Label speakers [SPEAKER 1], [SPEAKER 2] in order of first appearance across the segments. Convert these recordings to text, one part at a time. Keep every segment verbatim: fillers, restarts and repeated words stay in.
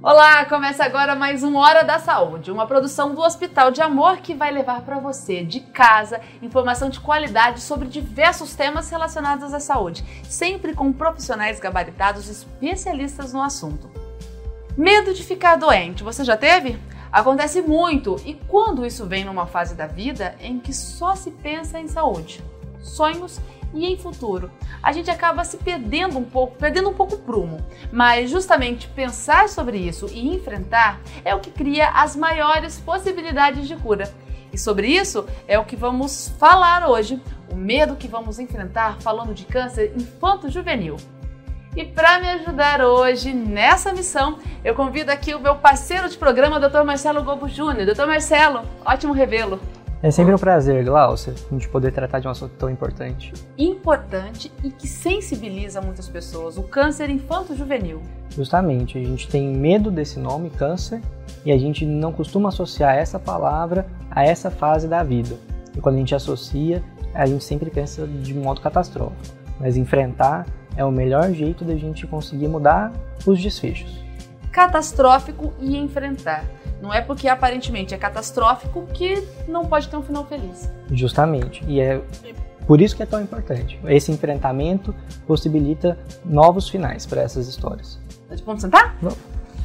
[SPEAKER 1] Olá, começa agora mais um Hora da Saúde, uma produção do Hospital de Amor que vai levar para você, de casa, informação de qualidade sobre diversos temas relacionados à saúde, sempre com profissionais gabaritados especialistas no assunto. Medo de ficar doente, você já teve? Acontece muito, e quando isso vem numa fase da vida em que só se pensa em saúde, sonhos e em futuro, a gente acaba se perdendo um pouco, perdendo um pouco o prumo. Mas justamente pensar sobre isso e enfrentar é o que cria as maiores possibilidades de cura. E sobre isso é o que vamos falar hoje, o medo que vamos enfrentar falando de câncer infanto-juvenil. E para me ajudar hoje nessa missão, eu convido aqui o meu parceiro de programa, doutor Marcelo Gobo Júnior. doutor Marcelo, ótimo revê-lo.
[SPEAKER 2] É sempre um prazer, Glaucia, a gente poder tratar de um assunto tão importante.
[SPEAKER 1] Importante e que sensibiliza muitas pessoas, o câncer infanto-juvenil.
[SPEAKER 2] Justamente, a gente tem medo desse nome, câncer, e a gente não costuma associar essa palavra a essa fase da vida. E quando a gente associa, a gente sempre pensa de modo catastrófico. Mas enfrentar é o melhor jeito da gente conseguir mudar os desfechos.
[SPEAKER 1] Catastrófico e enfrentar. Não é porque aparentemente é catastrófico que não pode ter um final feliz.
[SPEAKER 2] Justamente, e é por isso que é tão importante. Esse enfrentamento possibilita novos finais para essas histórias.
[SPEAKER 1] Vamos sentar?
[SPEAKER 2] Vamos.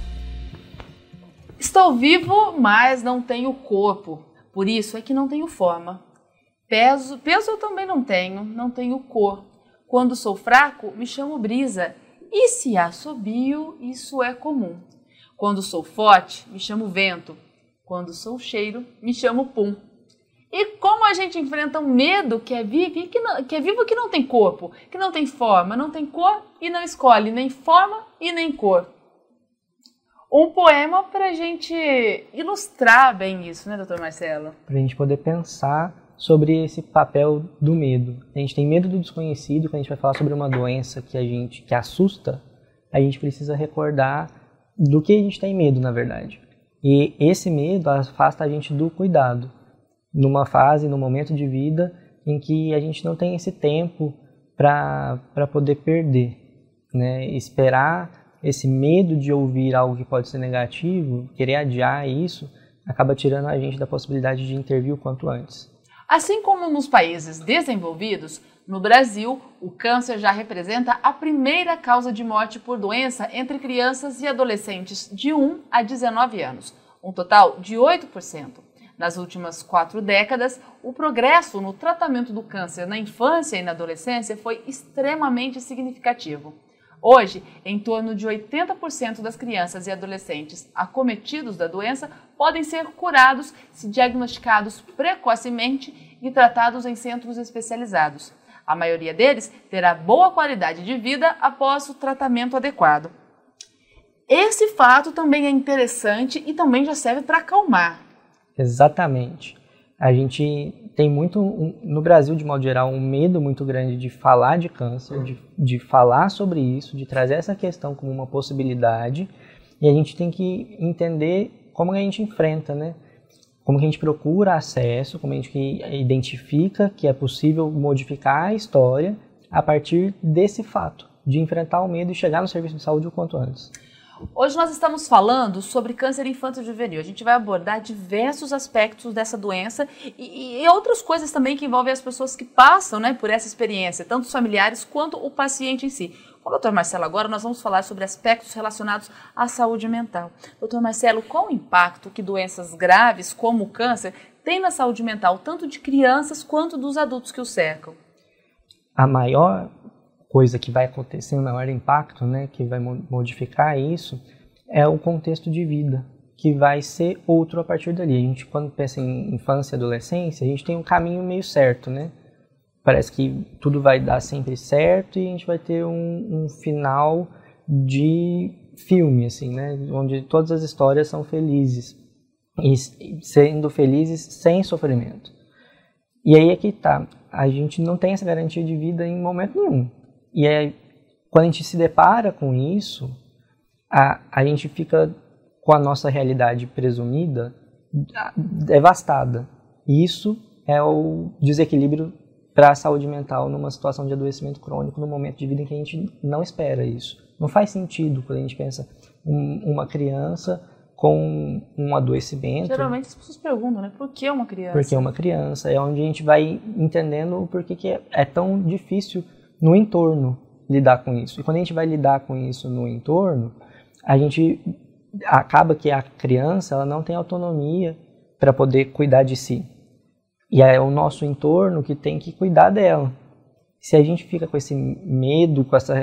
[SPEAKER 1] Estou vivo, mas não tenho corpo. Por isso é que não tenho forma. Peso, peso eu também não tenho, não tenho cor. Quando sou fraco, me chamo brisa. E se assobio, isso é comum. Quando sou forte, me chamo vento. Quando sou cheiro, me chamo pum. E como a gente enfrenta um medo que é vivo e que, não, que é vivo que não tem corpo, que não tem forma, não tem cor e não escolhe nem forma e nem cor. Um poema para a gente ilustrar bem isso, né, doutor Marcelo?
[SPEAKER 2] Para a gente poder pensar sobre esse papel do medo. A gente tem medo do desconhecido, quando a gente vai falar sobre uma doença que a gente que assusta, a gente precisa recordar do que a gente tem medo, na verdade. E esse medo afasta a gente do cuidado, numa fase, num momento de vida em que a gente não tem esse tempo para poder perder, né? Esperar esse medo de ouvir algo que pode ser negativo, querer adiar isso, acaba tirando a gente da possibilidade de intervir o quanto antes.
[SPEAKER 1] Assim como nos países desenvolvidos, no Brasil, o câncer já representa a primeira causa de morte por doença entre crianças e adolescentes de um a dezenove anos, um total de oito por cento. Nas últimas quatro décadas, o progresso no tratamento do câncer na infância e na adolescência foi extremamente significativo. Hoje, em torno de oitenta por cento das crianças e adolescentes acometidos da doença podem ser curados se diagnosticados precocemente e tratados em centros especializados. A maioria deles terá boa qualidade de vida após o tratamento adequado. Esse fato também é interessante e também já serve para acalmar.
[SPEAKER 2] Exatamente. A gente tem muito, no Brasil, de modo geral, um medo muito grande de falar de câncer, de, de falar sobre isso, de trazer essa questão como uma possibilidade, e a gente tem que entender como a gente enfrenta, né? Como que a gente procura acesso, como a gente identifica que é possível modificar a história a partir desse fato, de enfrentar o medo e chegar no serviço de saúde o quanto antes.
[SPEAKER 1] Hoje nós estamos falando sobre câncer infanto-juvenil. A gente vai abordar diversos aspectos dessa doença e, e outras coisas também que envolvem as pessoas que passam, né, por essa experiência, tanto os familiares quanto o paciente em si. Com o doutor Marcelo agora nós vamos falar sobre aspectos relacionados à saúde mental. doutor Marcelo, qual o impacto que doenças graves como o câncer têm na saúde mental, tanto de crianças quanto dos adultos que o cercam?
[SPEAKER 2] A maior coisa que vai acontecer, o maior impacto, né, que vai modificar isso, é o contexto de vida, que vai ser outro a partir dali. A gente, quando pensa em infância e adolescência, a gente tem um caminho meio certo, né? Parece que tudo vai dar sempre certo e a gente vai ter um, um final de filme, assim, né? Onde todas as histórias são felizes, e sendo felizes sem sofrimento. E aí é que tá, a gente não tem essa garantia de vida em momento nenhum. E é, quando a gente se depara com isso, a, a gente fica com a nossa realidade presumida devastada. E isso é o desequilíbrio para a saúde mental numa situação de adoecimento crônico, num momento de vida em que a gente não espera isso. Não faz sentido quando a gente pensa um, uma criança com um adoecimento.
[SPEAKER 1] Geralmente as pessoas perguntam, né? Por que uma criança?
[SPEAKER 2] Porque é uma criança. É onde a gente vai entendendo o porquê que é, é tão difícil no entorno lidar com isso. E quando a gente vai lidar com isso no entorno, a gente acaba que a criança ela não tem autonomia para poder cuidar de si. E é o nosso entorno que tem que cuidar dela. Se a gente fica com esse medo, com essa,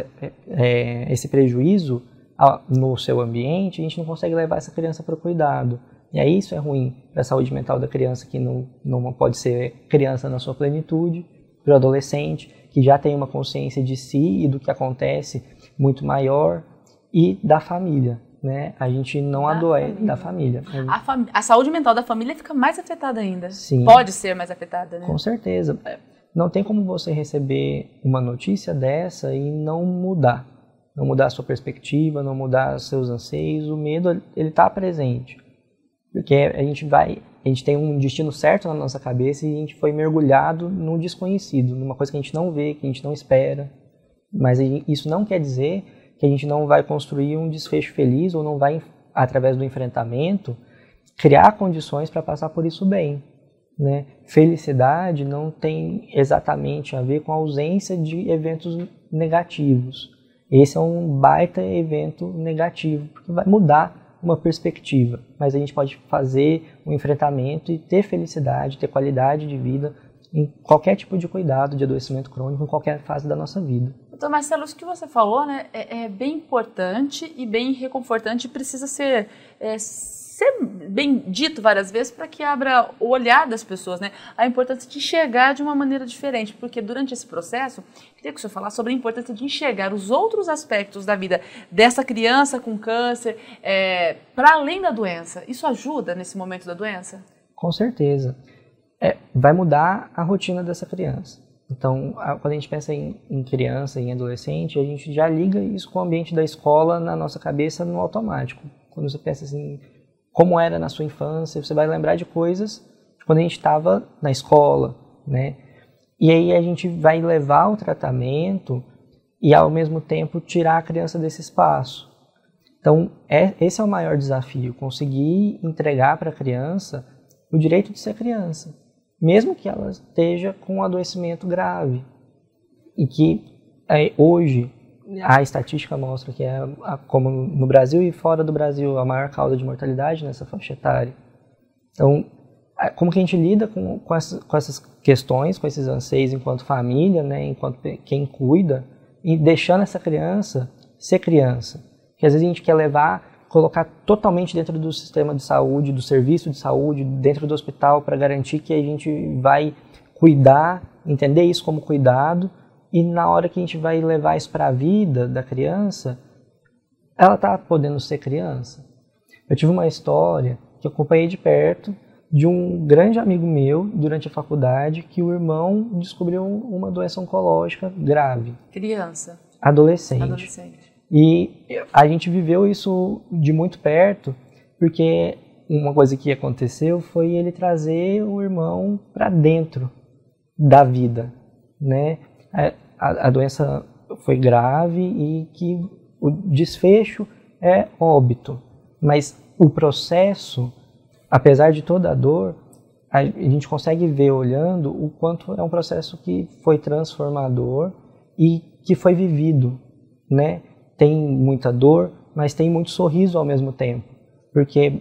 [SPEAKER 2] é, esse prejuízo no seu ambiente, a gente não consegue levar essa criança para o cuidado. E aí isso é ruim para a saúde mental da criança, que não, não pode ser criança na sua plenitude, para o adolescente, que já tem uma consciência de si e do que acontece muito maior, e da família. Né? A gente não adoece da família.
[SPEAKER 1] A, fam a saúde mental da família fica mais afetada ainda.
[SPEAKER 2] Sim.
[SPEAKER 1] Pode ser mais afetada, né?
[SPEAKER 2] Com certeza. Não tem como você receber uma notícia dessa e não mudar. Não mudar a sua perspectiva, não mudar os seus anseios. O medo, ele está presente. Porque a gente vai, a gente tem um destino certo na nossa cabeça e a gente foi mergulhado num desconhecido, numa coisa que a gente não vê, que a gente não espera. Mas isso não quer dizer que a gente não vai construir um desfecho feliz ou não vai, através do enfrentamento, criar condições para passar por isso bem. Né? Felicidade não tem exatamente a ver com a ausência de eventos negativos. Esse é um baita evento negativo, porque vai mudar uma perspectiva. Mas a gente pode fazer um enfrentamento e ter felicidade, ter qualidade de vida em qualquer tipo de cuidado de adoecimento crônico, em qualquer fase da nossa vida.
[SPEAKER 1] Doutor Marcelo, isso que você falou, né, é, é bem importante e bem reconfortante e precisa ser, é, ser bem dito várias vezes para que abra o olhar das pessoas, né, a importância de enxergar de uma maneira diferente, porque durante esse processo, queria que o senhor falasse sobre a importância de enxergar os outros aspectos da vida dessa criança com câncer, é, para além da doença. Isso ajuda nesse momento da doença?
[SPEAKER 2] Com certeza. É, vai mudar a rotina dessa criança. Então, a, quando a gente pensa em, em criança, em adolescente, a gente já liga isso com o ambiente da escola na nossa cabeça no automático. Quando você pensa assim, como era na sua infância, você vai lembrar de coisas de quando a gente estava na escola, né? E aí a gente vai levar o tratamento e, ao mesmo tempo, tirar a criança desse espaço. Então, é, esse é o maior desafio, conseguir entregar para a criança o direito de ser criança, mesmo que ela esteja com um adoecimento grave. E que é, hoje a estatística mostra que é, a, como no Brasil e fora do Brasil, a maior causa de mortalidade nessa faixa etária. Então, como que a gente lida com, com, essas, com essas questões, com esses anseios enquanto família, né, enquanto quem cuida, e deixando essa criança ser criança? Porque às vezes a gente quer levar, colocar totalmente dentro do sistema de saúde, do serviço de saúde, dentro do hospital, para garantir que a gente vai cuidar, entender isso como cuidado, e na hora que a gente vai levar isso para a vida da criança, ela está podendo ser criança. Eu tive uma história que eu acompanhei de perto, de um grande amigo meu, durante a faculdade, que o irmão descobriu uma doença oncológica grave.
[SPEAKER 1] Criança.
[SPEAKER 2] Adolescente.
[SPEAKER 1] Adolescente.
[SPEAKER 2] E a gente viveu isso de muito perto, porque uma coisa que aconteceu foi ele trazer o irmão para dentro da vida, né? A, a doença foi grave e que o desfecho é óbito, mas o processo, apesar de toda a dor, a gente consegue ver olhando o quanto é um processo que foi transformador e que foi vivido, né? Tem muita dor, mas tem muito sorriso ao mesmo tempo, porque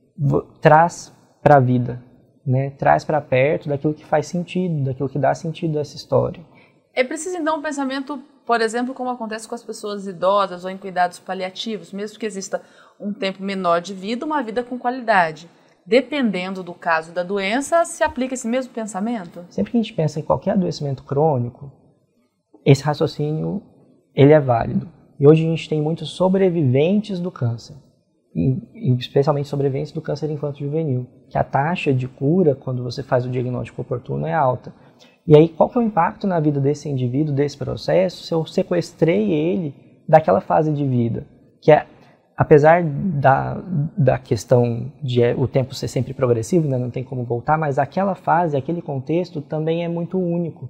[SPEAKER 2] traz para a vida, né? Traz para perto daquilo que faz sentido, daquilo que dá sentido a essa história.
[SPEAKER 1] É preciso então um pensamento, por exemplo, como acontece com as pessoas idosas ou em cuidados paliativos, mesmo que exista um tempo menor de vida, uma vida com qualidade. Dependendo do caso da doença, se aplica esse mesmo pensamento? Sempre
[SPEAKER 2] que a gente pensa em qualquer adoecimento crônico, esse raciocínio ele é válido. E hoje a gente tem muitos sobreviventes do câncer, especialmente sobreviventes do câncer infanto-juvenil, que a taxa de cura, quando você faz o diagnóstico oportuno, é alta. E aí, qual que é o impacto na vida desse indivíduo, desse processo, se eu sequestrei ele daquela fase de vida? Que é, apesar da, da questão de é, o tempo ser sempre progressivo, né, não tem como voltar, mas aquela fase, aquele contexto também é muito único.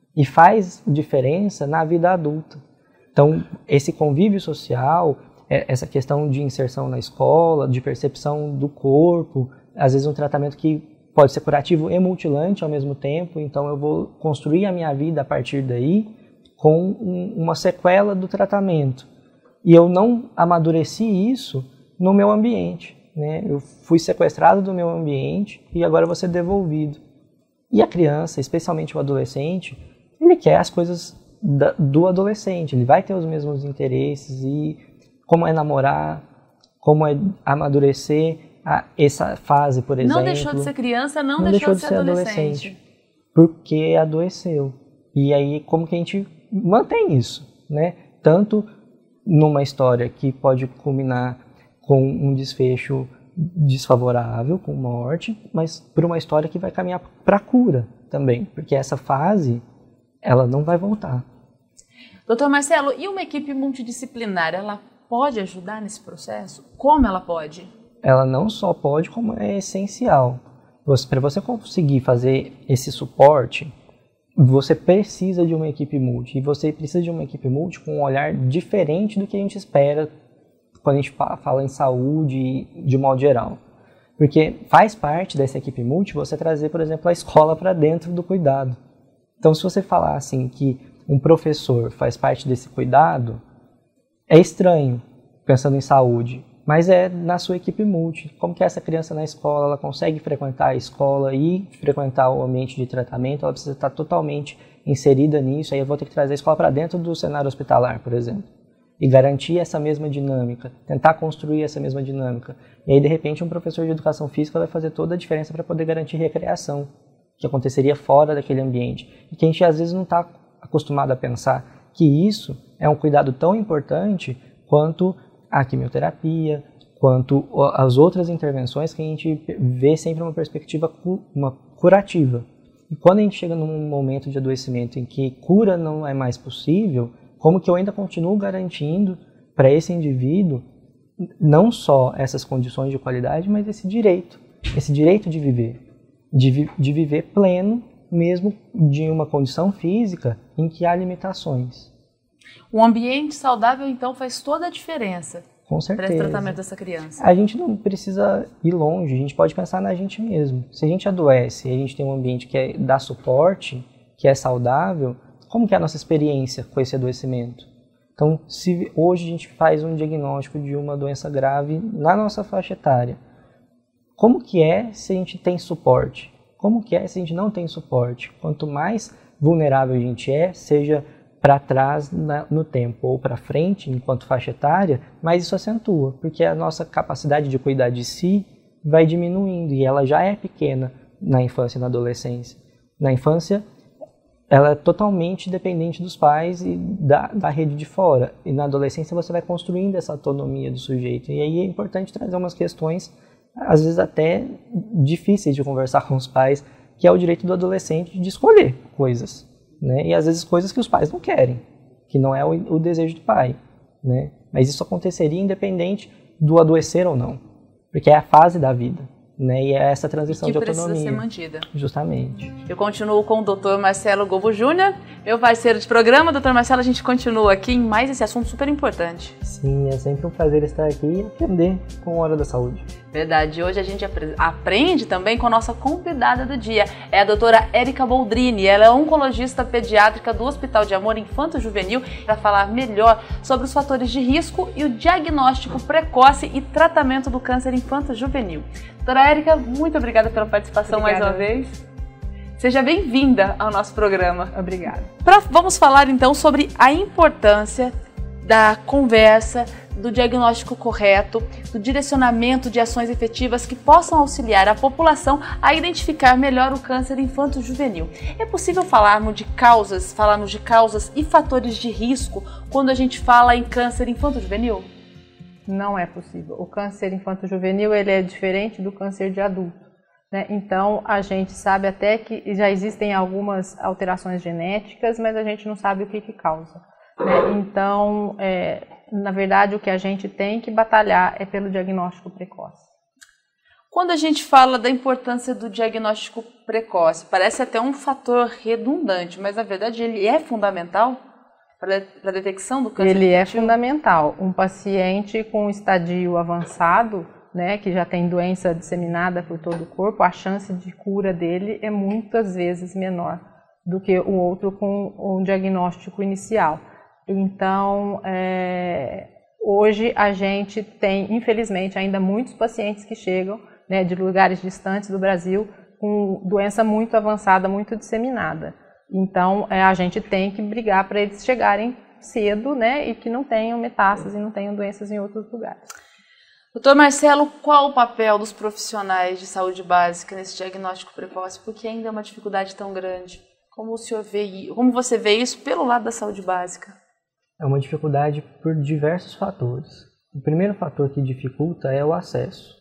[SPEAKER 2] e faz diferença na vida adulta. Então, esse convívio social, essa questão de inserção na escola, de percepção do corpo, às vezes um tratamento que pode ser curativo e mutilante ao mesmo tempo, então eu vou construir a minha vida a partir daí com um, uma sequela do tratamento. E eu não amadureci isso no meu ambiente, né? Eu fui sequestrado do meu ambiente e agora vou ser devolvido. E a criança, especialmente o adolescente, ele quer as coisas da, do adolescente, ele vai ter os mesmos interesses e como é namorar, como é amadurecer a, essa fase, por exemplo.
[SPEAKER 1] Não deixou de ser criança, não,
[SPEAKER 2] não
[SPEAKER 1] deixou,
[SPEAKER 2] deixou de ser adolescente. adolescente. Porque adoeceu. E aí, como que a gente mantém isso, né? Tanto numa história que pode culminar com um desfecho desfavorável, com morte, mas por uma história que vai caminhar para a cura também, porque essa fase, ela não vai voltar.
[SPEAKER 1] Doutor Marcelo, e uma equipe multidisciplinar, ela pode ajudar nesse processo? Como ela pode?
[SPEAKER 2] Ela não só pode, como é essencial. Para você conseguir fazer esse suporte, você precisa de uma equipe multi. E você precisa de uma equipe multi com um olhar diferente do que a gente espera quando a gente fala em saúde de modo geral. Porque faz parte dessa equipe multi você trazer, por exemplo, a escola para dentro do cuidado. Então, se você falar assim que um professor faz parte desse cuidado, é estranho, pensando em saúde, mas é na sua equipe multi. Como que essa criança na escola, ela consegue frequentar a escola e frequentar o ambiente de tratamento, ela precisa estar totalmente inserida nisso, aí eu vou ter que trazer a escola para dentro do cenário hospitalar, por exemplo, e garantir essa mesma dinâmica, tentar construir essa mesma dinâmica. E aí, de repente, um professor de educação física vai fazer toda a diferença para poder garantir recreação, que aconteceria fora daquele ambiente. E que a gente, às vezes, não está acostumado a pensar que isso é um cuidado tão importante quanto a quimioterapia, quanto as outras intervenções que a gente vê sempre uma perspectiva uma curativa. E quando a gente chega num momento de adoecimento em que cura não é mais possível, como que eu ainda continuo garantindo para esse indivíduo não só essas condições de qualidade, mas esse direito, esse direito de viver, de, vi, de viver pleno, mesmo de uma condição física em que há limitações.
[SPEAKER 1] Um ambiente saudável, então, faz toda a diferença.
[SPEAKER 2] Com certeza.
[SPEAKER 1] Para esse tratamento dessa criança.
[SPEAKER 2] A gente não precisa ir longe, a gente pode pensar na gente mesmo. Se a gente adoece e a gente tem um ambiente que é, dá suporte, que é saudável, como que é a nossa experiência com esse adoecimento? Então, se hoje a gente faz um diagnóstico de uma doença grave na nossa faixa etária, como que é se a gente tem suporte? Como que é se a gente não tem suporte? Quanto mais vulnerável a gente é, seja para trás na, no tempo ou para frente, enquanto faixa etária, mais isso acentua, porque a nossa capacidade de cuidar de si vai diminuindo e ela já é pequena na infância e na adolescência. Na infância, ela é totalmente dependente dos pais e da, da rede de fora. E na adolescência você vai construindo essa autonomia do sujeito. E aí é importante trazer umas questões, às vezes até difíceis de conversar com os pais, que é o direito do adolescente de escolher coisas. Né? E às vezes coisas que os pais não querem, que não é o, o desejo do pai. Né? Mas isso aconteceria independente do adoecer ou não. Porque é a fase da vida. Né? E é essa transição
[SPEAKER 1] e que
[SPEAKER 2] de autonomia.
[SPEAKER 1] precisa ser mantida.
[SPEAKER 2] Justamente.
[SPEAKER 1] Eu continuo com o doutor Marcelo Gobo Júnior, meu parceiro de programa. doutor Marcelo, a gente continua aqui em mais esse assunto super importante.
[SPEAKER 2] Sim, é sempre um prazer estar aqui e aprender com a Hora da Saúde.
[SPEAKER 1] Verdade. Hoje a gente aprende também com a nossa convidada do dia. É a doutora Érica Boldrini. Ela é oncologista pediátrica do Hospital de Amor Infanto Juvenil, para falar melhor sobre os fatores de risco e o diagnóstico precoce e tratamento do câncer infanto juvenil. Doutora Érica, muito obrigada pela participação. Obrigada. Mais uma vez. Seja bem-vinda ao nosso programa.
[SPEAKER 3] Obrigada.
[SPEAKER 1] Pra, vamos falar então sobre a importância da conversa, do diagnóstico correto, do direcionamento de ações efetivas que possam auxiliar a população a identificar melhor o câncer infanto-juvenil. É possível falarmos de causas, falarmos de causas e fatores de risco quando a gente fala em câncer infanto-juvenil?
[SPEAKER 3] Não é possível. O câncer infanto-juvenil ele é diferente do câncer de adulto. Né? Então, a gente sabe até que já existem algumas alterações genéticas, mas a gente não sabe o que, que causa. Né? Então, é, na verdade, o que a gente tem que batalhar é pelo diagnóstico precoce.
[SPEAKER 1] Quando a gente fala da importância do diagnóstico precoce, parece até um fator redundante, mas na verdade ele é fundamental para a detecção do câncer?
[SPEAKER 3] Ele é fundamental. Um paciente com estadio avançado, né, que já tem doença disseminada por todo o corpo, a chance de cura dele é muitas vezes menor do que o outro com um diagnóstico inicial. Então, é, hoje a gente tem, infelizmente, ainda muitos pacientes que chegam, né, de lugares distantes do Brasil com doença muito avançada, muito disseminada. Então, é, a gente tem que brigar para eles chegarem cedo, né, e que não tenham metástase e não tenham doenças em outros lugares.
[SPEAKER 1] Doutor Marcelo, qual o papel dos profissionais de saúde básica nesse diagnóstico precoce? Porque ainda é uma dificuldade tão grande. Como o senhor vê, como você vê isso pelo lado da saúde básica?
[SPEAKER 2] É uma dificuldade por diversos fatores. O primeiro fator que dificulta é o acesso.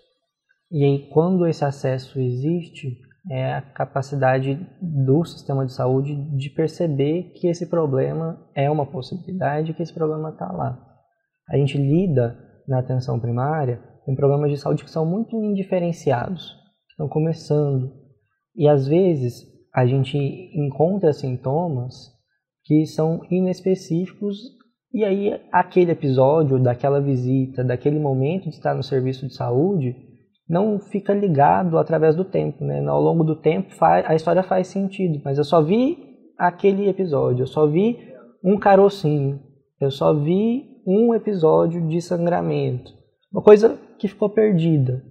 [SPEAKER 2] E aí, quando esse acesso existe, é a capacidade do sistema de saúde de perceber que esse problema é uma possibilidade, que esse problema está lá. A gente lida na atenção primária com problemas de saúde que são muito indiferenciados, que estão começando. E às vezes a gente encontra sintomas que são inespecíficos e aí aquele episódio, daquela visita, daquele momento de estar no serviço de saúde não fica ligado através do tempo, né? Ao longo do tempo a história faz sentido, mas eu só vi aquele episódio, eu só vi um carocinho, eu só vi um episódio de sangramento, uma coisa que ficou perdida.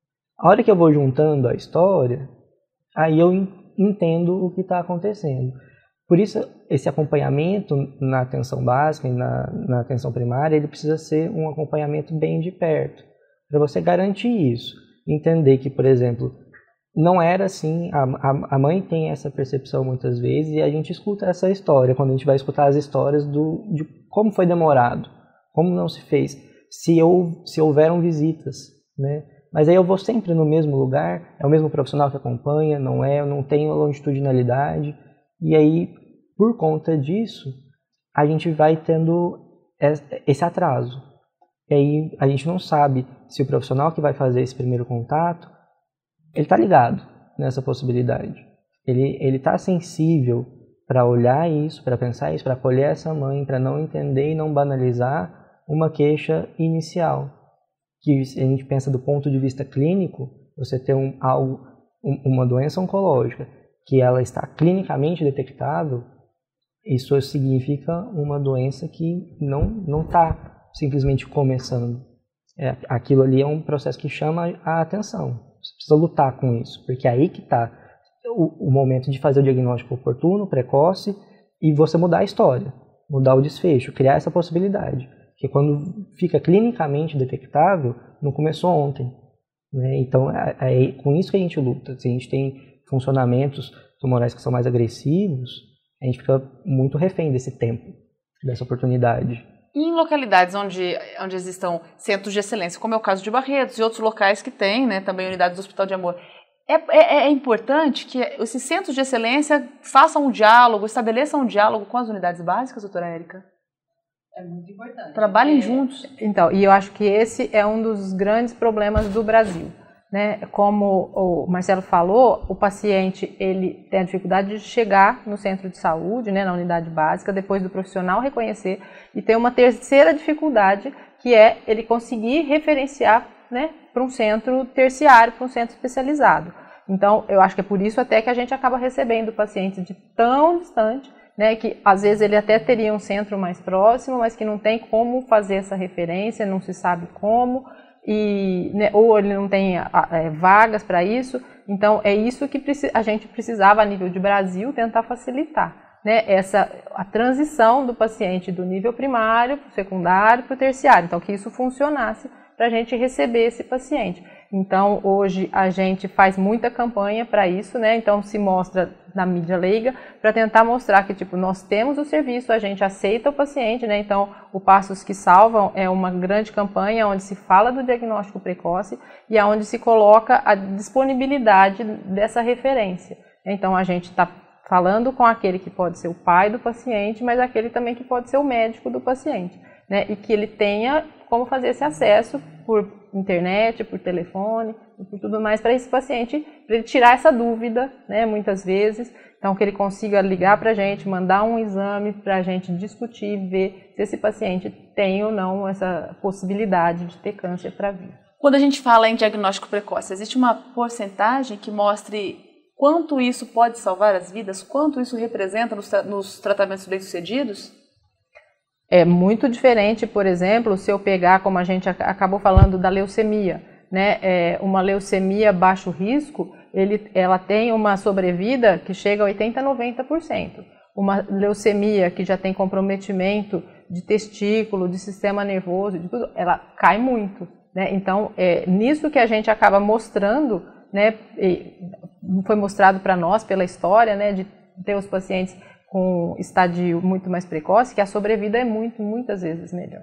[SPEAKER 2] A hora que eu vou juntando a história, aí eu entendo o que está acontecendo. Por isso, esse acompanhamento na atenção básica e na, na atenção primária, ele precisa ser um acompanhamento bem de perto, para você garantir isso. Entender que, por exemplo, não era assim, a, a, a mãe tem essa percepção muitas vezes e a gente escuta essa história, quando a gente vai escutar as histórias do, de como foi demorado, como não se fez, se, eu, se houveram visitas, né? Mas aí eu vou sempre no mesmo lugar, é o mesmo profissional que acompanha, não é, eu não tenho longitudinalidade, e aí, por conta disso, a gente vai tendo esse atraso. E aí a gente não sabe se o profissional que vai fazer esse primeiro contato, ele está ligado nessa possibilidade. Ele está sensível para olhar isso, para pensar isso, para acolher essa mãe, para não entender e não banalizar uma queixa inicial. Que se a gente pensa do ponto de vista clínico, você tem um, algo, um, uma doença oncológica que ela está clinicamente detectável, isso significa uma doença que não está simplesmente começando. É, aquilo ali é um processo que chama a atenção. Você precisa lutar com isso, porque é aí que está o, o momento de fazer o diagnóstico oportuno, precoce, e você mudar a história, mudar o desfecho, criar essa possibilidade. Porque quando fica clinicamente detectável, não começou ontem. Né? Então, é, é com isso que a gente luta. Se a gente tem funcionamentos tumorais que são mais agressivos, a gente fica muito refém desse tempo, dessa oportunidade.
[SPEAKER 1] E em localidades onde, onde existam centros de excelência, como é o caso de Barretos e outros locais que têm, né, também unidades do Hospital de Amor, é, é, é importante que esses centros de excelência façam um diálogo, estabeleçam um diálogo com as unidades básicas, doutora Érica?
[SPEAKER 4] É muito importante.
[SPEAKER 1] Trabalhem
[SPEAKER 4] é...
[SPEAKER 1] juntos.
[SPEAKER 3] Então, e eu acho que esse é um dos grandes problemas do Brasil. Né? Como o Marcelo falou, o paciente ele tem a dificuldade de chegar no centro de saúde, né, na unidade básica, depois do profissional reconhecer, e tem uma terceira dificuldade, que é ele conseguir referenciar, né, para um centro terciário, para um centro especializado. Então, eu acho que é por isso até que a gente acaba recebendo pacientes de tão distante, né, que às vezes ele até teria um centro mais próximo, mas que não tem como fazer essa referência, não se sabe como, e, né, ou ele não tem é, vagas para isso. Então é isso que a gente precisava a nível de Brasil tentar facilitar, né, essa, a transição do paciente do nível primário para o secundário para o terciário, então que isso funcionasse para a gente receber esse paciente. Então hoje a gente faz muita campanha para isso, né, então se mostra na mídia leiga para tentar mostrar que tipo nós temos o serviço, a gente aceita o paciente, né, então o Passos que Salvam é uma grande campanha onde se fala do diagnóstico precoce e aonde se coloca a disponibilidade dessa referência. Então a gente está falando com aquele que pode ser o pai do paciente, mas aquele também que pode ser o médico do paciente, né, e que ele tenha como fazer esse acesso por internet, por telefone, por tudo mais, para esse paciente, para ele tirar essa dúvida, né, muitas vezes. Então, que ele consiga ligar para a gente, mandar um exame para a gente discutir, ver se esse paciente tem ou não essa possibilidade de ter câncer para vir.
[SPEAKER 1] Quando a gente fala em diagnóstico precoce, existe uma porcentagem que mostre quanto isso pode salvar as vidas? Quanto isso representa nos, tra nos tratamentos bem-sucedidos?
[SPEAKER 3] É muito diferente, por exemplo, se eu pegar, como a gente acabou falando, da leucemia, né? É, uma leucemia baixo risco, ele, ela tem uma sobrevida que chega a oitenta por cento, noventa por cento. Uma leucemia que já tem comprometimento de testículo, de sistema nervoso, de tudo, ela cai muito, né? Então, é nisso que a gente acaba mostrando, né? Foi mostrado para nós pela história, né? De ter os pacientes com estadio muito mais precoce, que a sobrevida é muito, muitas vezes melhor.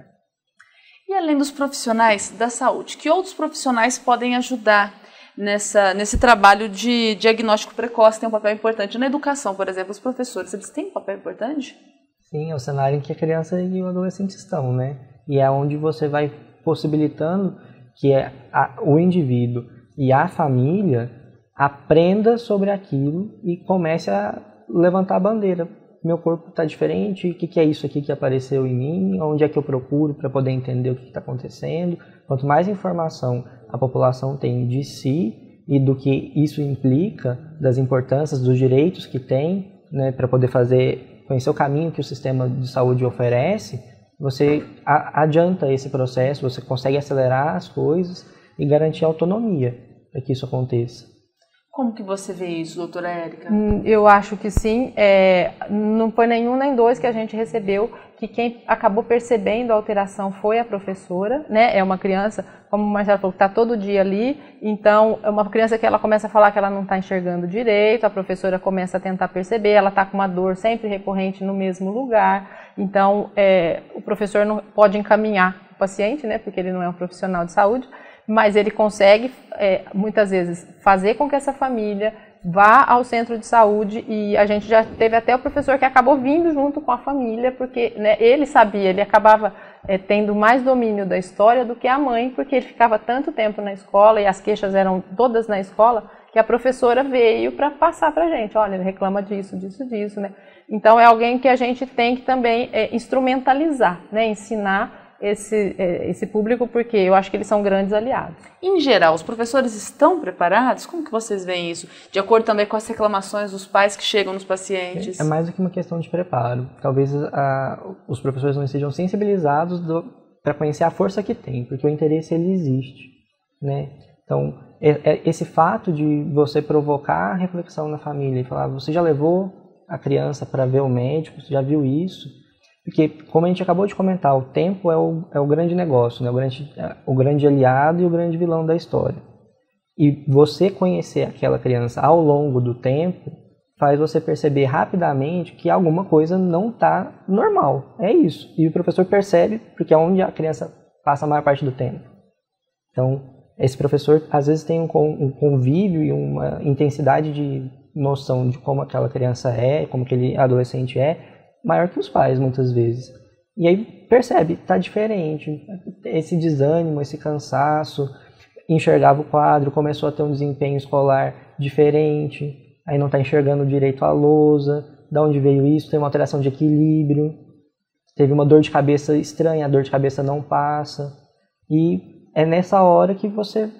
[SPEAKER 1] E além dos profissionais da saúde, que outros profissionais podem ajudar nessa, nesse trabalho de diagnóstico precoce? Tem um papel importante na educação, por exemplo, os professores, eles têm um papel importante?
[SPEAKER 2] Sim, é o cenário em que a criança e o adolescente estão, né? E é onde você vai possibilitando que a, o indivíduo e a família aprenda sobre aquilo e comece a levantar a bandeira. Meu corpo está diferente, o que, que é isso aqui que apareceu em mim, onde é que eu procuro para poder entender o que está acontecendo. Quanto mais informação a população tem de si e do que isso implica, das importâncias, dos direitos que tem, né, para poder fazer, conhecer o caminho que o sistema de saúde oferece, você a, adianta esse processo, você consegue acelerar as coisas e garantir autonomia para que isso aconteça.
[SPEAKER 1] Como que você vê isso, doutora Érica?
[SPEAKER 3] Eu acho que sim. É, não foi nenhum nem dois que a gente recebeu, que quem acabou percebendo a alteração foi a professora, né? É uma criança, como o Marcelo falou, que está todo dia ali, então é uma criança que ela começa a falar que ela não está enxergando direito, a professora começa a tentar perceber, ela está com uma dor sempre recorrente no mesmo lugar, então é, o professor não pode encaminhar o paciente, né? Porque ele não é um profissional de saúde, mas ele consegue, é, muitas vezes, fazer com que essa família vá ao centro de saúde, e a gente já teve até o professor que acabou vindo junto com a família, porque, né, ele sabia, ele acabava é, tendo mais domínio da história do que a mãe, porque ele ficava tanto tempo na escola e as queixas eram todas na escola, que a professora veio para passar para a gente, olha, ele reclama disso, disso, disso, né? Então é alguém que a gente tem que também é, instrumentalizar, né, ensinar Esse, esse público, porque eu acho que eles são grandes aliados.
[SPEAKER 1] Em geral, os professores estão preparados? Como que vocês veem isso? De acordo também com as reclamações dos pais que chegam nos pacientes?
[SPEAKER 2] É mais do que uma questão de preparo. Talvez a, os professores não estejam sensibilizados para conhecer a força que tem, porque o interesse ele existe, né? Então, é, é esse fato de você provocar a reflexão na família e falar, você já levou a criança para ver o médico, você já viu isso? Porque, como a gente acabou de comentar, o tempo é o, é o grande negócio, né? o, grande, o grande aliado e o grande vilão da história. E você conhecer aquela criança ao longo do tempo faz você perceber rapidamente que alguma coisa não está normal. É isso. E o professor percebe, porque é onde a criança passa a maior parte do tempo. Então, esse professor, às vezes, tem um, um convívio e uma intensidade de noção de como aquela criança é, como aquele adolescente é, maior que os pais, muitas vezes. E aí percebe, está diferente. Esse desânimo, esse cansaço, enxergava o quadro, começou a ter um desempenho escolar diferente, aí não está enxergando direito a lousa, de onde veio isso, tem uma alteração de equilíbrio, teve uma dor de cabeça estranha, a dor de cabeça não passa. E é nessa hora que você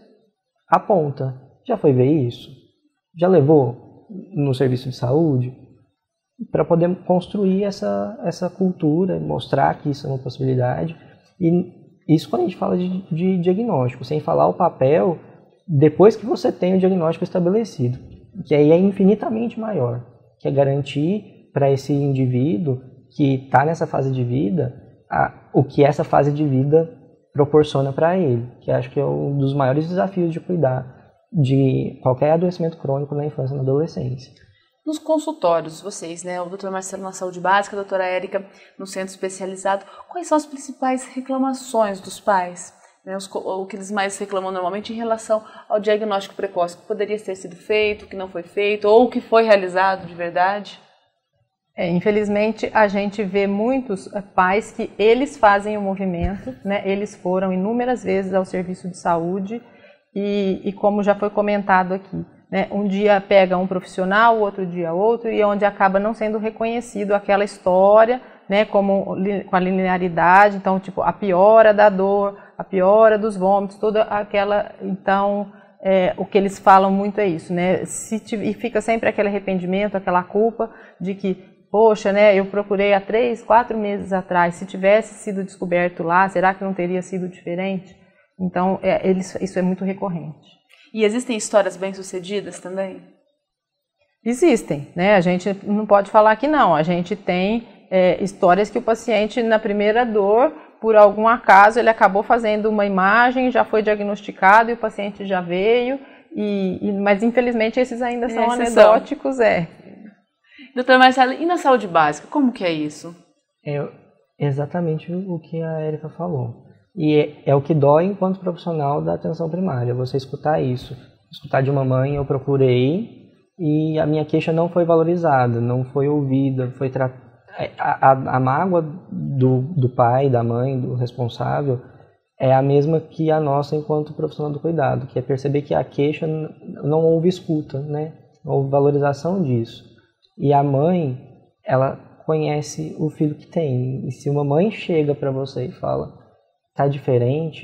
[SPEAKER 2] aponta. Já foi ver isso? Já levou no serviço de saúde? Para poder construir essa, essa cultura, mostrar que isso é uma possibilidade. E isso quando a gente fala de, de diagnóstico, sem falar o papel depois que você tem o diagnóstico estabelecido, que aí é infinitamente maior, que é garantir para esse indivíduo que está nessa fase de vida a, o que essa fase de vida proporciona para ele, que acho que é um dos maiores desafios de cuidar de qualquer adoecimento crônico na infância e na adolescência.
[SPEAKER 1] Nos consultórios, vocês, né, o doutor Marcelo na saúde básica, a doutora Érica no centro especializado, quais são as principais reclamações dos pais? Né, os, o que eles mais reclamam normalmente em relação ao diagnóstico precoce, que poderia ter sido feito, que não foi feito, ou que foi realizado de verdade?
[SPEAKER 3] É, infelizmente, a gente vê muitos pais que eles fazem o movimento, né? Eles foram inúmeras vezes ao serviço de saúde e, e como já foi comentado aqui, né? Um dia pega um profissional, outro dia outro, e onde acaba não sendo reconhecido aquela história, né? Como com a linearidade, então, tipo, a piora da dor, a piora dos vômitos, toda aquela, então... É, o que eles falam muito é isso, né? Se, e fica sempre aquele arrependimento, aquela culpa de que, poxa, né, eu procurei há três, quatro meses atrás, se tivesse sido descoberto lá, será que não teria sido diferente? Então, é, eles, isso é muito recorrente.
[SPEAKER 1] E existem histórias bem-sucedidas também?
[SPEAKER 3] Existem, né? A gente não pode falar que não. A gente tem é, histórias que o paciente, na primeira dor, por algum acaso, ele acabou fazendo uma imagem, já foi diagnosticado e o paciente já veio, e, e, mas infelizmente esses ainda são anedóticos. É.
[SPEAKER 1] Doutora Marcela, e na saúde básica, como que é isso?
[SPEAKER 2] É exatamente o que a Érica falou. E é, é o que dói enquanto profissional da atenção primária, você escutar isso. Escutar de uma mãe, eu procurei e a minha queixa não foi valorizada, não foi ouvida, foi tratada. A, a, a mágoa do, do pai, da mãe, do responsável, é a mesma que a nossa enquanto profissional do cuidado, que é perceber que a queixa não houve escuta, né? Não houve valorização disso. E a mãe, ela conhece o filho que tem. E se uma mãe chega para você e fala, tá diferente,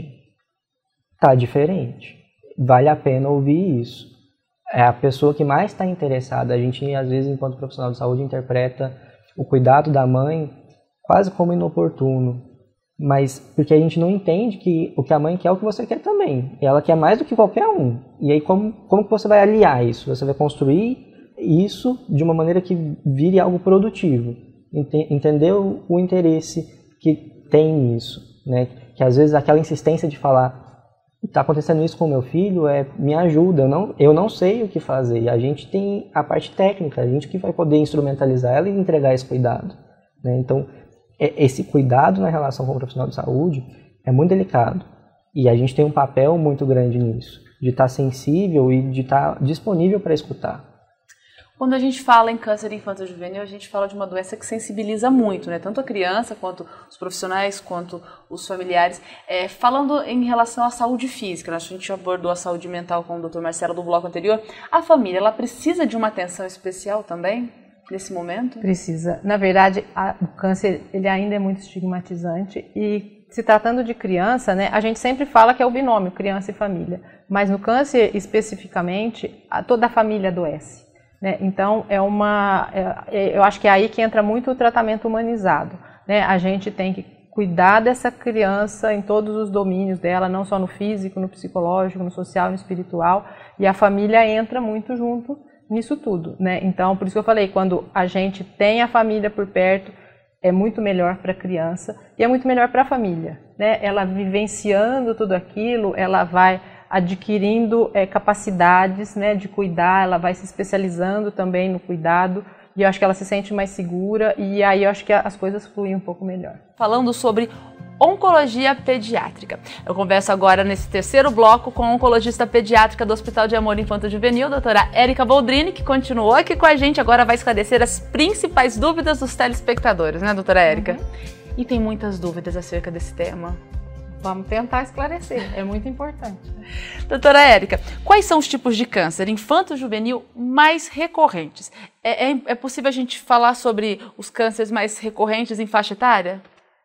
[SPEAKER 2] tá diferente. Vale a pena ouvir isso. É a pessoa que mais está interessada. A gente, às vezes, enquanto profissional de saúde, interpreta o cuidado da mãe quase como inoportuno, mas porque a gente não entende que o que a mãe quer é o que você quer também, e ela quer mais do que qualquer um, e aí como, como que você vai aliar isso? Você vai construir isso de uma maneira que vire algo produtivo, Ent- entender o, o interesse que tem nisso, né? Que às vezes aquela insistência de falar está acontecendo isso com o meu filho, é, me ajuda, eu não, eu não sei o que fazer. E a gente tem a parte técnica, a gente que vai poder instrumentalizar ela e entregar esse cuidado, né? Então, é, esse cuidado na relação com o profissional de saúde é muito delicado. E a gente tem um papel muito grande nisso, de estar sensível e de estar disponível para escutar.
[SPEAKER 1] Quando a gente fala em câncer infanto-juvenil, a gente fala de uma doença que sensibiliza muito, né? Tanto a criança, quanto os profissionais, quanto os familiares. É, falando em relação à saúde física, né? A gente abordou a saúde mental com o doutor Marcelo do bloco anterior. A família, ela precisa de uma atenção especial também, nesse momento?
[SPEAKER 3] Precisa. Na verdade, a, o câncer, ele ainda é muito estigmatizante e se tratando de criança, né, a gente sempre fala que é o binômio, criança e família. Mas no câncer, especificamente, a, toda a família adoece. Né? Então, é uma, é, eu acho que é aí que entra muito o tratamento humanizado. Né? A gente tem que cuidar dessa criança em todos os domínios dela, não só no físico, no psicológico, no social, no espiritual, e a família entra muito junto nisso tudo. Né? Então, por isso que eu falei, quando a gente tem a família por perto, é muito melhor para a criança e é muito melhor para a família. Né? Ela vivenciando tudo aquilo, ela vai adquirindo é, capacidades, né, de cuidar, ela vai se especializando também no cuidado e eu acho que ela se sente mais segura e aí eu acho que as coisas fluem um pouco melhor.
[SPEAKER 1] Falando sobre oncologia pediátrica. Eu converso agora nesse terceiro bloco com a oncologista pediátrica do Hospital de Amor Infanto-Juvenil, doutora Érica Boldrini, que continuou aqui com a gente, agora vai esclarecer as principais dúvidas dos telespectadores, né, doutora Érica? Uhum. E tem muitas dúvidas acerca desse tema.
[SPEAKER 3] Vamos tentar esclarecer, é muito importante.
[SPEAKER 1] Doutora Érica, quais são os tipos de câncer infanto-juvenil mais recorrentes? É, é, é possível a gente falar sobre os cânceres mais recorrentes em faixa etária?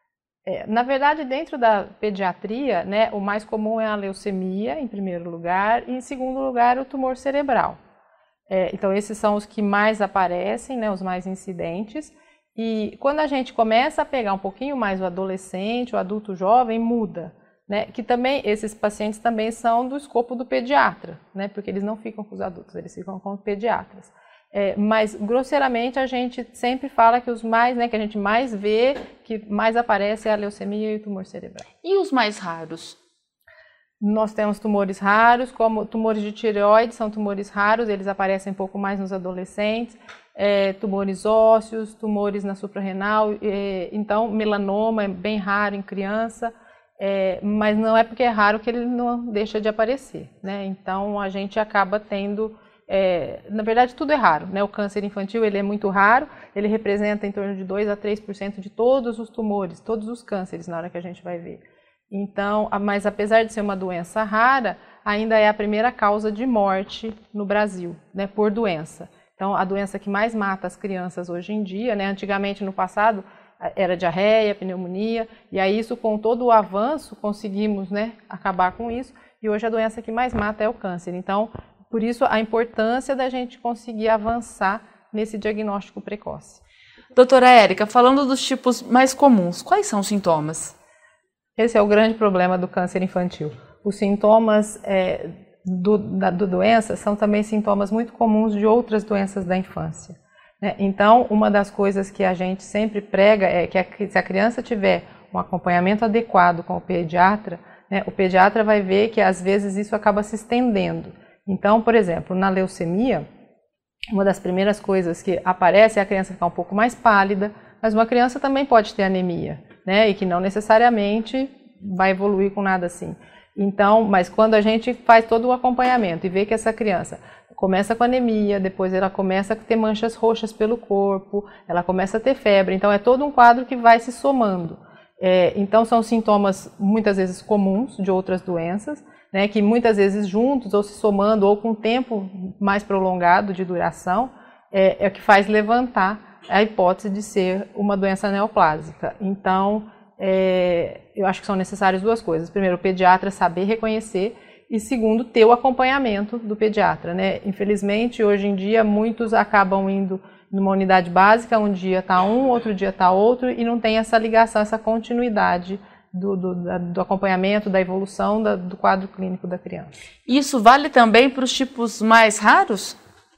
[SPEAKER 3] É, na verdade, dentro da pediatria, né, o mais comum é a leucemia, em primeiro lugar, e em segundo lugar o tumor cerebral. É, então, esses são os que mais aparecem, né, os mais incidentes. E quando a gente começa a pegar um pouquinho mais o adolescente, o adulto jovem, muda, né? Que também, esses pacientes também são do escopo do pediatra, né? Porque eles não ficam com os adultos, eles ficam com os pediatras. É, mas, grosseiramente, a gente sempre fala que os mais, né, que a gente mais vê, que mais aparece é a leucemia e o tumor cerebral.
[SPEAKER 1] E os mais raros?
[SPEAKER 3] Nós temos tumores raros, como tumores de tireoide, são tumores raros, eles aparecem um pouco mais nos adolescentes. É, tumores ósseos, tumores na suprarrenal, é, então melanoma é bem raro em criança, é, mas não é porque é raro que ele não deixa de aparecer, né? Então a gente acaba tendo é, na verdade tudo é raro, né? O câncer infantil ele é muito raro, ele representa em torno de dois a três por cento de todos os tumores, todos os cânceres na hora que a gente vai ver. Então, mas apesar de ser uma doença rara, ainda é a primeira causa de morte no Brasil, né, por doença. Então, a doença que mais mata as crianças hoje em dia, né, antigamente no passado era diarreia, pneumonia, e aí isso com todo o avanço conseguimos, né, acabar com isso, e hoje a doença que mais mata é o câncer. Então, por isso a importância da gente conseguir avançar nesse diagnóstico precoce.
[SPEAKER 1] Doutora Érica, falando dos tipos mais comuns, quais são os sintomas?
[SPEAKER 3] Esse é o grande problema do câncer infantil. Os sintomas é, do, da do doença são também sintomas muito comuns de outras doenças da infância, né? Então, uma das coisas que a gente sempre prega é que a, se a criança tiver um acompanhamento adequado com o pediatra, né, o pediatra vai ver que às vezes isso acaba se estendendo. Então, por exemplo, na leucemia, uma das primeiras coisas que aparece é a criança ficar um pouco mais pálida, mas uma criança também pode ter anemia, né, e que não necessariamente vai evoluir com nada assim. Então, mas quando a gente faz todo o acompanhamento e vê que essa criança começa com anemia, depois ela começa a ter manchas roxas pelo corpo, ela começa a ter febre, então é todo um quadro que vai se somando. É, então são sintomas muitas vezes comuns de outras doenças, né, que muitas vezes juntos ou se somando ou com tempo mais prolongado de duração, é, é o que faz levantar a hipótese de ser uma doença neoplásica. Então, é, eu acho que são necessárias duas coisas. Primeiro, o pediatra saber reconhecer e segundo, ter o acompanhamento do pediatra, né? Infelizmente, hoje em dia, muitos acabam indo numa unidade básica, um dia está um, outro dia está outro e não tem essa ligação, essa continuidade do, do, do acompanhamento, da evolução da, do quadro clínico da criança.
[SPEAKER 1] Isso vale também para os tipos mais raros?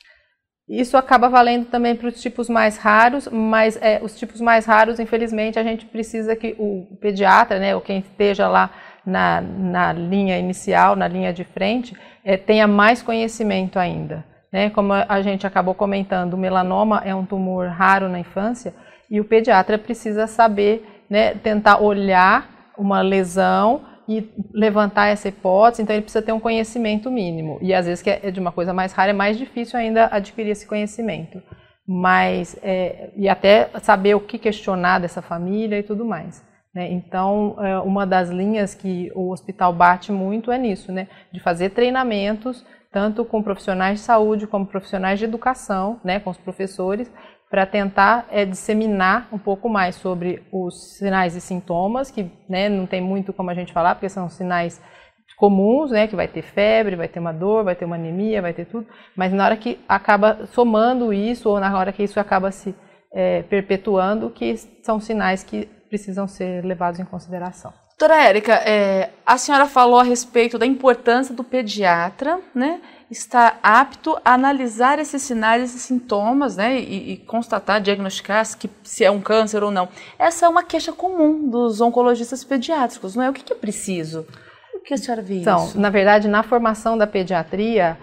[SPEAKER 3] Isso acaba valendo também para os tipos mais raros, mas é, os tipos mais raros, infelizmente, a gente precisa que o pediatra, né, ou quem esteja lá na, na linha inicial, na linha de frente, é, tenha mais conhecimento ainda, né? Como a gente acabou comentando, o melanoma é um tumor raro na infância e o pediatra precisa saber, né, tentar olhar uma lesão e levantar essa hipótese, então ele precisa ter um conhecimento mínimo. E às vezes que é de uma coisa mais rara, é mais difícil ainda adquirir esse conhecimento. Mas, é, e até saber o que questionar dessa família e tudo mais, né? Então, é, uma das linhas que o hospital bate muito é nisso, né? De fazer treinamentos, tanto com profissionais de saúde como profissionais de educação, né? Com os professores, para tentar é, disseminar um pouco mais sobre os sinais e sintomas, que, né, não tem muito como a gente falar, porque são sinais comuns, né, que vai ter febre, vai ter uma dor, vai ter uma anemia, vai ter tudo, mas na hora que acaba somando isso, ou na hora que isso acaba se é, perpetuando, que são sinais que precisam ser levados em consideração.
[SPEAKER 1] Doutora Érica, é, a senhora falou a respeito da importância do pediatra, né, estar apto a analisar esses sinais, esses sintomas, né, e, e constatar, diagnosticar se, se é um câncer ou não. Essa é uma queixa comum dos oncologistas pediátricos, não é? O que, que é preciso? O que a senhora vê
[SPEAKER 3] então,
[SPEAKER 1] isso?
[SPEAKER 3] Na verdade, na formação da pediatria,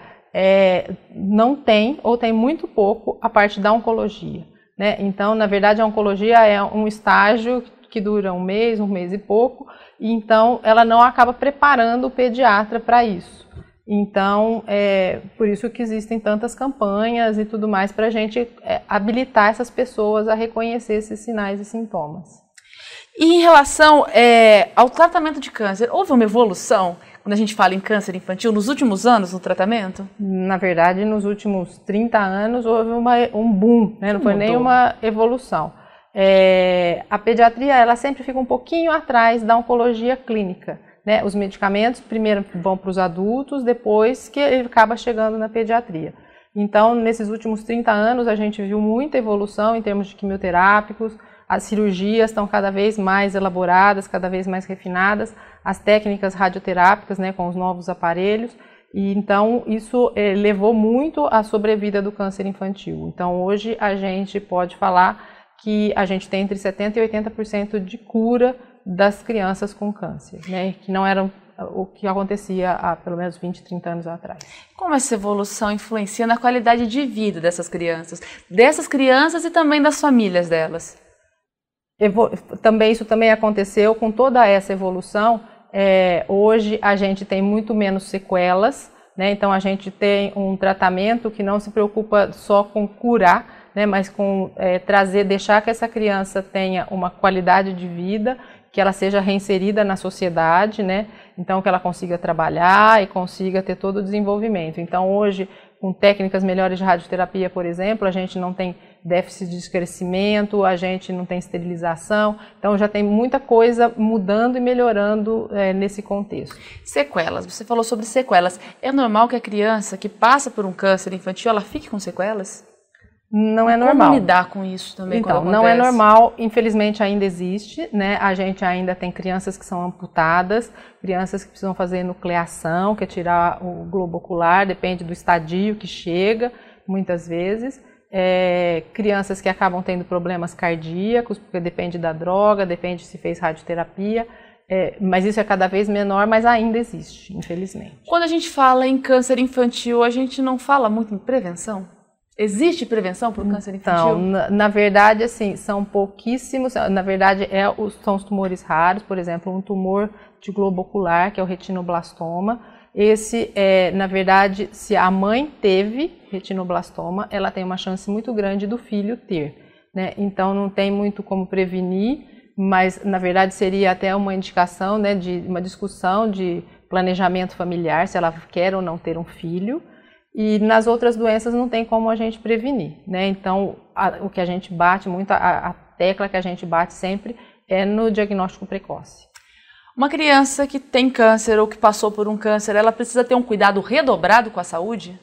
[SPEAKER 3] é, não tem, ou tem muito pouco, a parte da oncologia, né? Então, na verdade, a oncologia é um estágio que dura um mês, um mês e pouco, e então ela não acaba preparando o pediatra para isso. Então, é por isso que existem tantas campanhas e tudo mais para a gente é, habilitar essas pessoas a reconhecer esses sinais e sintomas.
[SPEAKER 1] E em relação é, ao tratamento de câncer, houve uma evolução quando a gente fala em câncer infantil nos últimos anos no tratamento?
[SPEAKER 3] Na verdade, nos últimos trinta anos houve uma, um boom, né? Não foi nem uma evolução. É, a pediatria ela sempre fica um pouquinho atrás da oncologia clínica, né? Os medicamentos primeiro vão para os adultos, depois que ele acaba chegando na pediatria. Então, nesses últimos trinta anos, a gente viu muita evolução em termos de quimioterápicos, as cirurgias estão cada vez mais elaboradas, cada vez mais refinadas, as técnicas radioterápicas, né, com os novos aparelhos, e então isso eh, levou muito à sobrevida do câncer infantil. Então, hoje a gente pode falar que a gente tem entre setenta e oitenta por cento de cura das crianças com câncer, né, que não eram o que acontecia há pelo menos vinte, trinta anos atrás.
[SPEAKER 1] Como essa evolução influencia na qualidade de vida dessas crianças, dessas crianças e também das famílias delas?
[SPEAKER 3] Evo- também isso também aconteceu com toda essa evolução. É, hoje a gente tem muito menos sequelas, né? né? Então a gente tem um tratamento que não se preocupa só com curar, né, mas com é, trazer, deixar que essa criança tenha uma qualidade de vida, que ela seja reinserida na sociedade, né? Então que ela consiga trabalhar e consiga ter todo o desenvolvimento. Então hoje, com técnicas melhores de radioterapia, por exemplo, a gente não tem déficit de crescimento, a gente não tem esterilização, então já tem muita coisa mudando e melhorando é, nesse contexto.
[SPEAKER 1] Sequelas, você falou sobre sequelas. É normal que a criança que passa por um câncer infantil, ela fique com sequelas?
[SPEAKER 3] Não é normal.
[SPEAKER 1] Como lidar com isso também?
[SPEAKER 3] Então, não é normal, infelizmente ainda existe, né? A gente ainda tem crianças que são amputadas, crianças que precisam fazer nucleação, que é tirar o globo ocular, depende do estadio que chega, muitas vezes. É, crianças que acabam tendo problemas cardíacos, porque depende da droga, depende se fez radioterapia. É, mas isso é cada vez menor, mas ainda existe, infelizmente.
[SPEAKER 1] Quando a gente fala em câncer infantil, a gente não fala muito em prevenção? Existe prevenção para o câncer infantil?
[SPEAKER 3] Então, na, na verdade, assim, são pouquíssimos, na verdade, é, os, são os tumores raros, por exemplo, um tumor de globo ocular, que é o retinoblastoma. Esse, é, na verdade, se a mãe teve retinoblastoma, ela tem uma chance muito grande do filho ter, né? Então, não tem muito como prevenir, mas, na verdade, seria até uma indicação, né, de uma discussão de planejamento familiar, se ela quer ou não ter um filho. E nas outras doenças não tem como a gente prevenir, né? Então, a, o que a gente bate muito, a, a tecla que a gente bate sempre é no diagnóstico precoce.
[SPEAKER 1] Uma criança que tem câncer ou que passou por um câncer, ela precisa ter um cuidado redobrado com a saúde?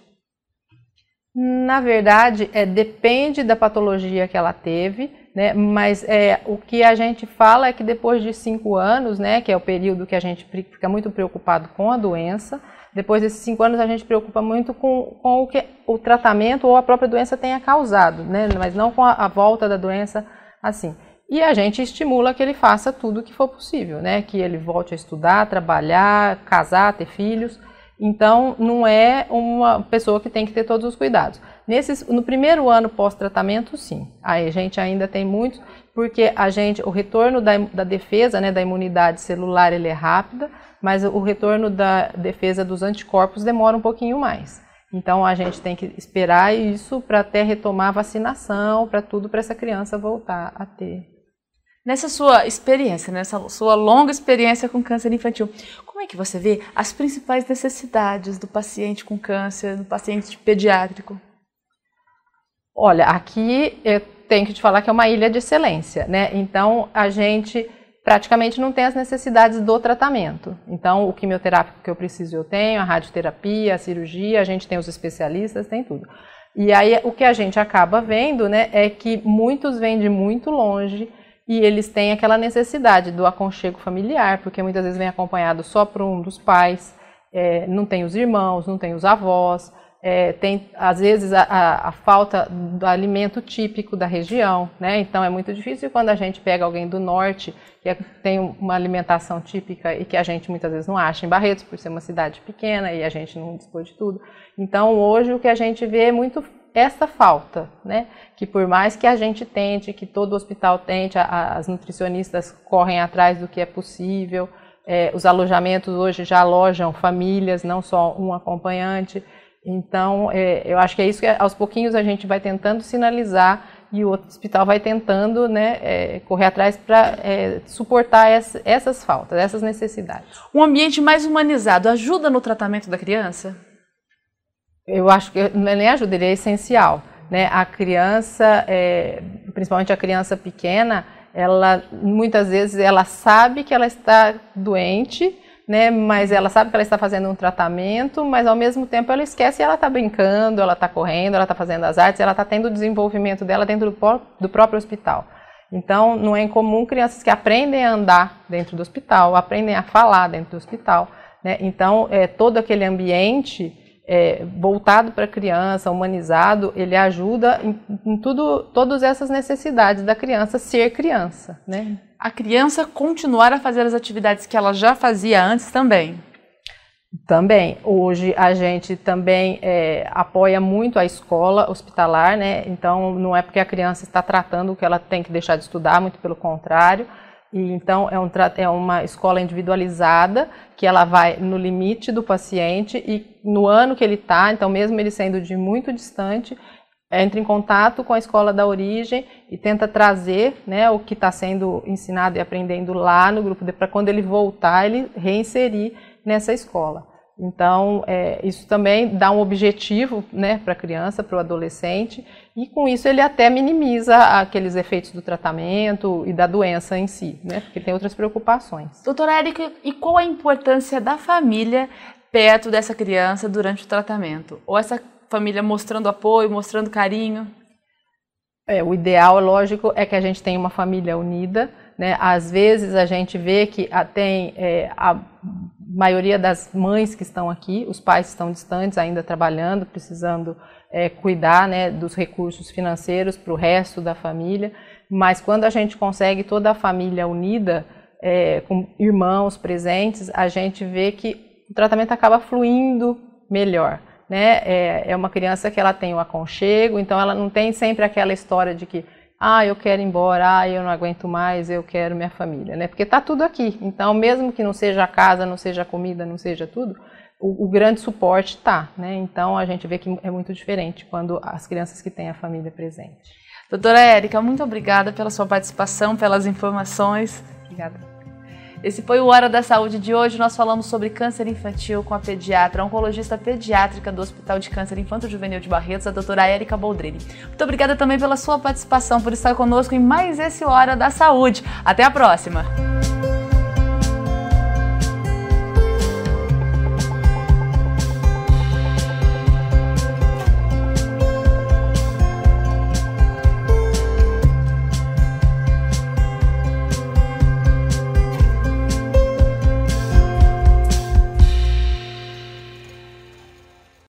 [SPEAKER 3] Na verdade, é, depende da patologia que ela teve, né? Mas é, o que a gente fala é que depois de cinco anos, né, que é o período que a gente fica muito preocupado com a doença, depois desses cinco anos a gente preocupa muito com, com o que o tratamento ou a própria doença tenha causado, né? Mas não com a, a volta da doença assim. E a gente estimula que ele faça tudo o que for possível, né? Que ele volte a estudar, trabalhar, casar, ter filhos. Então, não é uma pessoa que tem que ter todos os cuidados. Nesses, no primeiro ano pós-tratamento, sim. Aí a gente ainda tem muitos, porque a gente, o retorno da, da defesa, né, da imunidade celular, ele é rápida, mas o retorno da defesa dos anticorpos demora um pouquinho mais. Então, a gente tem que esperar isso para até retomar a vacinação, para tudo, para essa criança voltar a ter.
[SPEAKER 1] Nessa sua experiência, nessa sua longa experiência com câncer infantil, como é que você vê as principais necessidades do paciente com câncer, do paciente pediátrico?
[SPEAKER 3] Olha, aqui eu tenho que te falar que é uma ilha de excelência, né? Então, a gente praticamente não tem as necessidades do tratamento. Então, o quimioterápico que eu preciso eu tenho, a radioterapia, a cirurgia, a gente tem os especialistas, tem tudo. E aí, o que a gente acaba vendo, né, é que muitos vêm de muito longe, e eles têm aquela necessidade do aconchego familiar, porque muitas vezes vem acompanhado só por um dos pais, é, não tem os irmãos, não tem os avós, é, tem às vezes a, a, a falta do alimento típico da região, né? Então é muito difícil quando a gente pega alguém do norte, que é, tem uma alimentação típica e que a gente muitas vezes não acha em Barretos, por ser uma cidade pequena e a gente não dispõe de tudo. Então hoje o que a gente vê é muito essa falta, né? Que por mais que a gente tente, que todo hospital tente, a, as nutricionistas correm atrás do que é possível, é, os alojamentos hoje já alojam famílias, não só um acompanhante. Então, é, eu acho que é isso que aos pouquinhos a gente vai tentando sinalizar e o outro hospital vai tentando, né, é, correr atrás para é, suportar essa, essas faltas, essas necessidades.
[SPEAKER 1] Um ambiente mais humanizado ajuda no tratamento da criança?
[SPEAKER 3] Eu acho que não é nem ajuda, ele é essencial, né? A criança, é, principalmente a criança pequena, ela muitas vezes ela sabe que ela está doente, né? Mas ela sabe que ela está fazendo um tratamento, mas ao mesmo tempo ela esquece e ela está brincando, ela está correndo, ela está fazendo as artes, ela está tendo o desenvolvimento dela dentro do, do próprio hospital. Então, não é incomum crianças que aprendem a andar dentro do hospital, aprendem a falar dentro do hospital, né? Então, é, todo aquele ambiente É, voltado para a criança, humanizado, ele ajuda em, em tudo, todas essas necessidades da criança ser criança, né?
[SPEAKER 1] A criança continuar a fazer as atividades que ela já fazia antes também?
[SPEAKER 3] Também. Hoje a gente também é, apoia muito a escola hospitalar, né? Então não é porque a criança está tratando que ela tem que deixar de estudar, muito pelo contrário. E então é, um, é uma escola individualizada que ela vai no limite do paciente e no ano que ele está, então mesmo ele sendo de muito distante, entra em contato com a escola da origem e tenta trazer, né, o que está sendo ensinado e aprendendo lá no grupo, para quando ele voltar, ele reinserir nessa escola. Então, é, isso também dá um objetivo, né, para a criança, para o adolescente, e com isso ele até minimiza aqueles efeitos do tratamento e da doença em si, né, porque tem outras preocupações.
[SPEAKER 1] Doutora Érica, e qual a importância da família perto dessa criança durante o tratamento? Ou essa família mostrando apoio, mostrando carinho?
[SPEAKER 3] É, o ideal, lógico, é que a gente tenha uma família unida, né? Às vezes a gente vê que tem é, a maioria das mães que estão aqui, os pais estão distantes, ainda trabalhando, precisando é, cuidar, né, dos recursos financeiros para o resto da família, mas quando a gente consegue toda a família unida, é, com irmãos presentes, a gente vê que o tratamento acaba fluindo melhor. Né? É, é uma criança que ela tem o aconchego, então ela não tem sempre aquela história de que ah, eu quero ir embora, ah, eu não aguento mais, eu quero minha família, né? Porque está tudo aqui, então mesmo que não seja a casa, não seja a comida, não seja tudo, o, o grande suporte está, né? Então a gente vê que é muito diferente quando as crianças que têm a família presente.
[SPEAKER 1] Doutora Érica, muito obrigada pela sua participação, pelas informações.
[SPEAKER 3] Obrigada.
[SPEAKER 1] Esse foi o Hora da Saúde de hoje. Nós falamos sobre câncer infantil com a pediatra, a oncologista pediátrica do Hospital de Câncer Infanto-Juvenil de Barretos, a doutora Érica Boldrini. Muito obrigada também pela sua participação, por estar conosco em mais esse Hora da Saúde. Até a próxima!